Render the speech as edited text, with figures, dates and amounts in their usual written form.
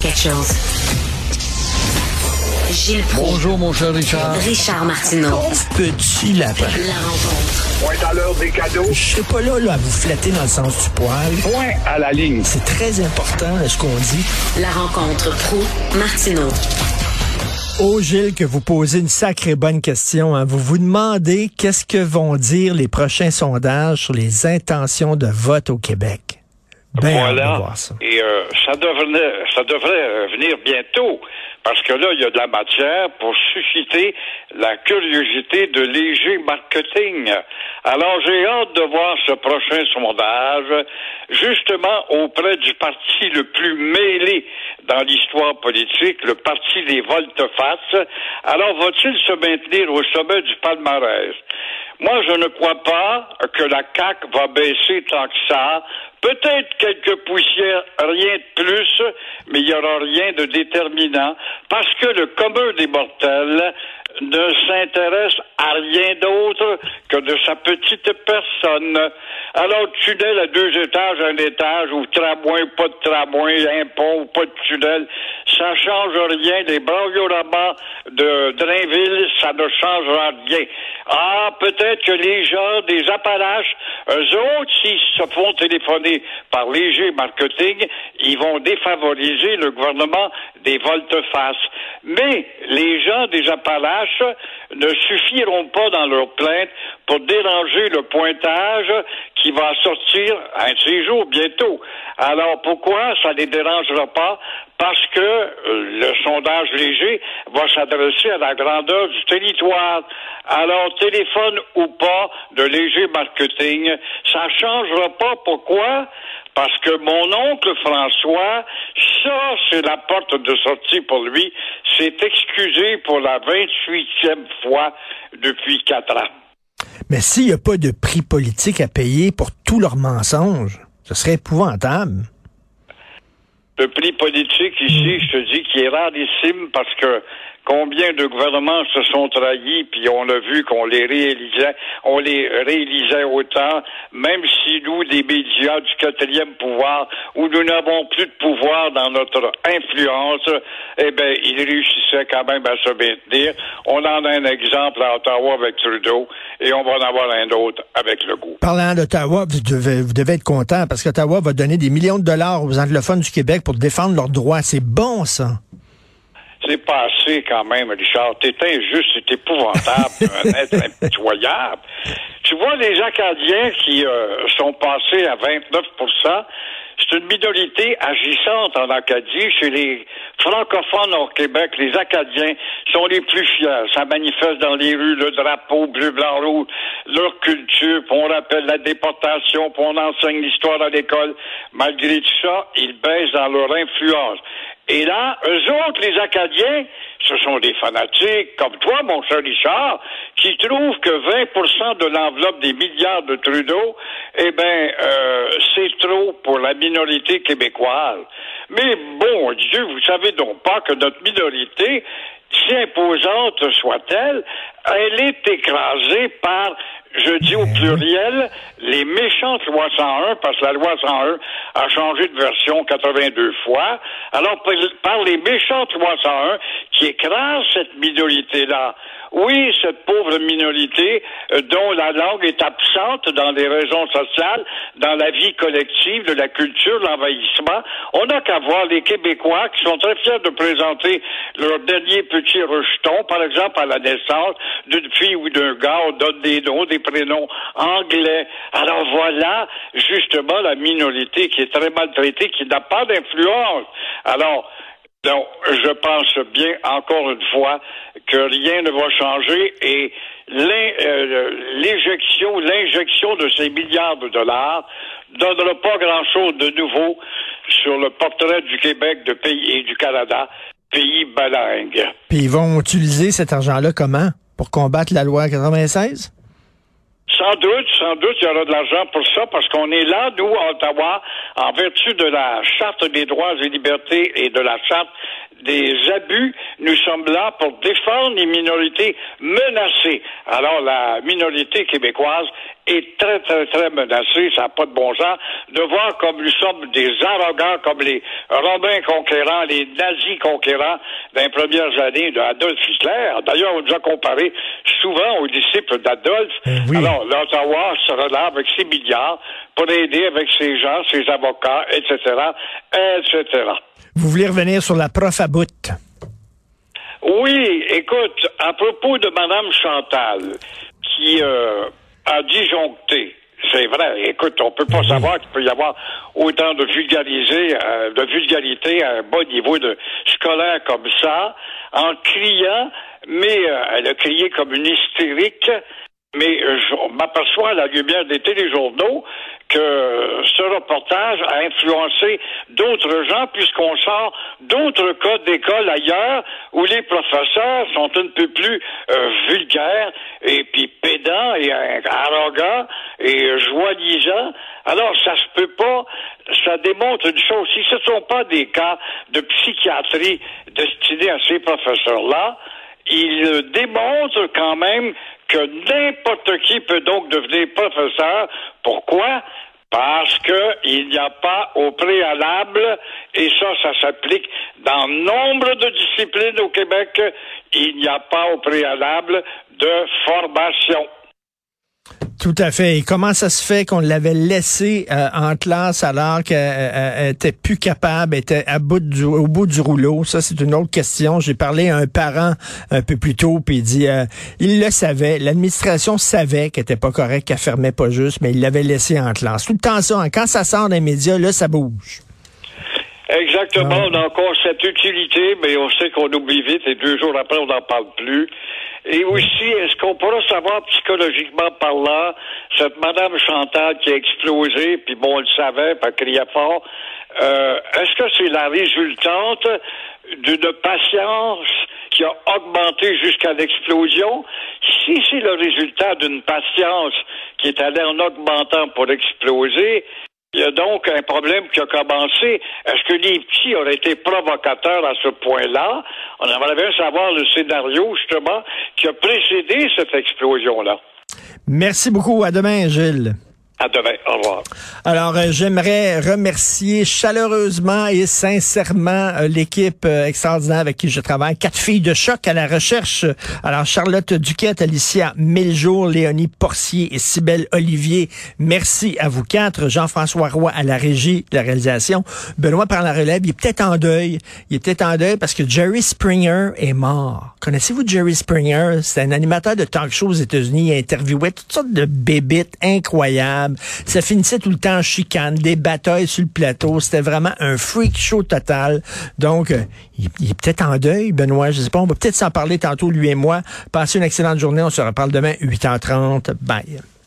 quelque chose. Gilles Proulx. Bonjour, mon cher Richard. Richard Martineau. Petit lapin. La rencontre. Point à l'heure des cadeaux. Je serai pas là à vous flatter dans le sens du poil. Point à la ligne. C'est très important, ce qu'on dit. La rencontre Proulx-Martineau. Oh Gilles, que vous posez une sacrée bonne question. Hein. Vous vous demandez qu'est-ce que vont dire les prochains sondages sur les intentions de vote au Québec. Voilà. Voir ça. Et ça devrait venir bientôt, parce que là, il y a de la matière pour susciter la curiosité de léger marketing. Alors, j'ai hâte de voir ce prochain sondage, justement auprès du parti le plus mêlé dans l'histoire politique, le parti des volte-face. Alors, va-t-il se maintenir au sommet du palmarès? Moi, je ne crois pas que la CAQ va baisser tant que ça. Peut-être quelques poussières, rien de plus, mais il n'y aura rien de déterminant, parce que le commun des mortels ne s'intéresse à rien d'autre que de sa petite personne. Alors, tunnel à 2 étages, 1 étage, ou tramway, pas de tramway, un pont, pas de tunnel, ça change rien. Les bronchioramas de Drainville, ça ne changera rien. Ah, peut-être que les gens des Appalaches, eux autres, s'ils se font téléphoner par léger marketing, ils vont défavoriser le gouvernement des volte-face. Mais les gens des Appalaches ne suffiront pas dans leur plainte pour déranger le pointage qui va sortir un de ces jours bientôt. Alors pourquoi ça les dérangera pas? Parce que le sondage léger va s'adresser à la grandeur du territoire. Alors, téléphone ou pas de léger marketing, ça changera pas. Pourquoi? Parce que mon oncle François, ça, c'est la porte de sortie pour lui, s'est excusé pour la 28e fois depuis 4 ans. Mais s'il n'y a pas de prix politique à payer pour tous leurs mensonges, ce serait épouvantable. Le prix politique ici, je te dis qu'il est rarissime parce que combien de gouvernements se sont trahis, puis on a vu qu'on les réalisait autant, même si nous, des médias du 4e pouvoir, où nous n'avons plus de pouvoir dans notre influence, eh bien, ils réussissaient quand même à se maintenir. On en a un exemple à Ottawa avec Trudeau, et on va en avoir un autre avec Legault. Parlant d'Ottawa, vous devez être content, parce qu'Ottawa va donner des millions de dollars aux anglophones du Québec pour défendre leurs droits. C'est bon, ça. C'est passé quand même, Richard. T'es injuste, c'est épouvantable, un être impitoyable. Tu vois, les Acadiens qui sont passés à 29%, c'est une minorité agissante en Acadie. Chez les francophones au Québec, les Acadiens sont les plus fiers. Ça manifeste dans les rues, le drapeau bleu, blanc, rouge, leur culture, puis on rappelle la déportation, puis on enseigne l'histoire à l'école. Malgré tout ça, ils baissent dans leur influence. Et là, eux autres, les Acadiens, ce sont des fanatiques, comme toi, mon cher Richard, qui trouvent que 20% de l'enveloppe des milliards de Trudeau, eh ben, c'est trop pour la minorité québécoise. Mais bon Dieu, vous savez donc pas que notre minorité, si imposante soit-elle, elle est écrasée par, je dis au pluriel, les méchantes lois 101, parce que la loi 101 a changé de version 82 fois. Alors, par les méchantes lois 101 qui écrasent cette minorité-là. Oui, cette pauvre minorité dont la langue est absente dans les raisons sociales, dans la vie collective, de la culture, l'envahissement. On n'a qu'à voir les Québécois qui sont très fiers de présenter leur dernier petit rejeton, par exemple à la naissance d'une fille ou d'un gars, on donne des noms, des prénoms anglais. Alors voilà, justement, la minorité qui est très maltraitée, qui n'a pas d'influence. Alors, donc, je pense bien, encore une fois, que rien ne va changer et l'injection de ces milliards de dollars donnera pas grand-chose de nouveau sur le portrait du Québec de pays et du Canada, pays bilingue. Puis ils vont utiliser cet argent-là comment? Pour combattre la loi 96? Sans doute, il y aura de l'argent pour ça, parce qu'on est là, nous, à Ottawa, en vertu de la Charte des droits et libertés et de la Charte des abus. Nous sommes là pour défendre les minorités menacées. Alors, la minorité québécoise est très, très, très menacée. Ça n'a pas de bon sens. De voir comme nous sommes des arrogants, comme les Romains conquérants, les nazis conquérants dans les premières années d'Adolf Hitler. D'ailleurs, on nous a comparé souvent aux disciples d'Adolphe. Oui. Alors, l'Ottawa sera là avec 6 milliards pour aider avec ses gens, ses avocats, etc., etc. Vous voulez revenir sur la prof à bout? Oui, écoute, à propos de Mme Chantal, qui a disjoncté, c'est vrai, écoute, on peut pas savoir qu'il peut y avoir autant de vulgarité à un bas niveau de scolaire comme ça, en criant, mais elle a crié comme une hystérique, mais je m'aperçois à la lumière des téléjournaux que ce reportage a influencé d'autres gens puisqu'on sort d'autres cas d'école ailleurs où les professeurs sont un peu plus vulgaires et puis pédants et arrogants et joie-disants. Alors ça se peut pas, ça démontre une chose. Si ce ne sont pas des cas de psychiatrie destinés à ces professeurs-là, ils démontrent quand même que n'importe qui peut donc devenir professeur. Pourquoi? Parce que il n'y a pas au préalable, et ça s'applique dans nombre de disciplines au Québec, il n'y a pas au préalable de formation. Tout à fait. Et comment ça se fait qu'on l'avait laissée en classe alors qu'elle était plus capable, était au bout du rouleau? Ça, c'est une autre question. J'ai parlé à un parent un peu plus tôt, puis il dit, il le savait, l'administration savait qu'elle était pas correcte, qu'elle fermait pas juste, mais il l'avait laissée en classe. Tout le temps ça, hein, quand ça sort des médias, là, ça bouge. Exactement, on a encore cette utilité, mais on sait qu'on oublie vite et 2 jours après, on n'en parle plus. Et aussi, est-ce qu'on pourra savoir psychologiquement parlant, cette Madame Chantal qui a explosé, puis bon, on le savait, puis elle criait fort, est-ce que c'est la résultante d'une patience qui a augmenté jusqu'à l'explosion? Si c'est le résultat d'une patience qui est allée en augmentant pour exploser, il y a donc un problème qui a commencé. Est-ce que les petits auraient été provocateurs à ce point-là? On aimerait bien savoir le scénario, justement, qui a précédé cette explosion-là. Merci beaucoup. À demain, Gilles. À demain. Au revoir. Alors, j'aimerais remercier chaleureusement et sincèrement l'équipe extraordinaire avec qui je travaille. 4 filles de choc à la recherche. Alors, Charlotte Duquette, Alicia Miljour, Léonie Porcier et Cybèle Olivier. Merci à vous 4. Jean-François Roy à la régie, la réalisation. Benoît prend la relève. Il est peut-être en deuil. Il est peut-être en deuil parce que Jerry Springer est mort. Connaissez-vous Jerry Springer? C'est un animateur de talk show aux États-Unis. Il interviewait toutes sortes de bébites incroyables. Ça finissait tout le temps en chicane, des batailles sur le plateau. C'était vraiment un freak show total. Donc, il est peut-être en deuil, Benoît. Je sais pas, on va peut-être s'en parler tantôt, lui et moi. Passez une excellente journée. On se reparle demain, 8h30. Bye.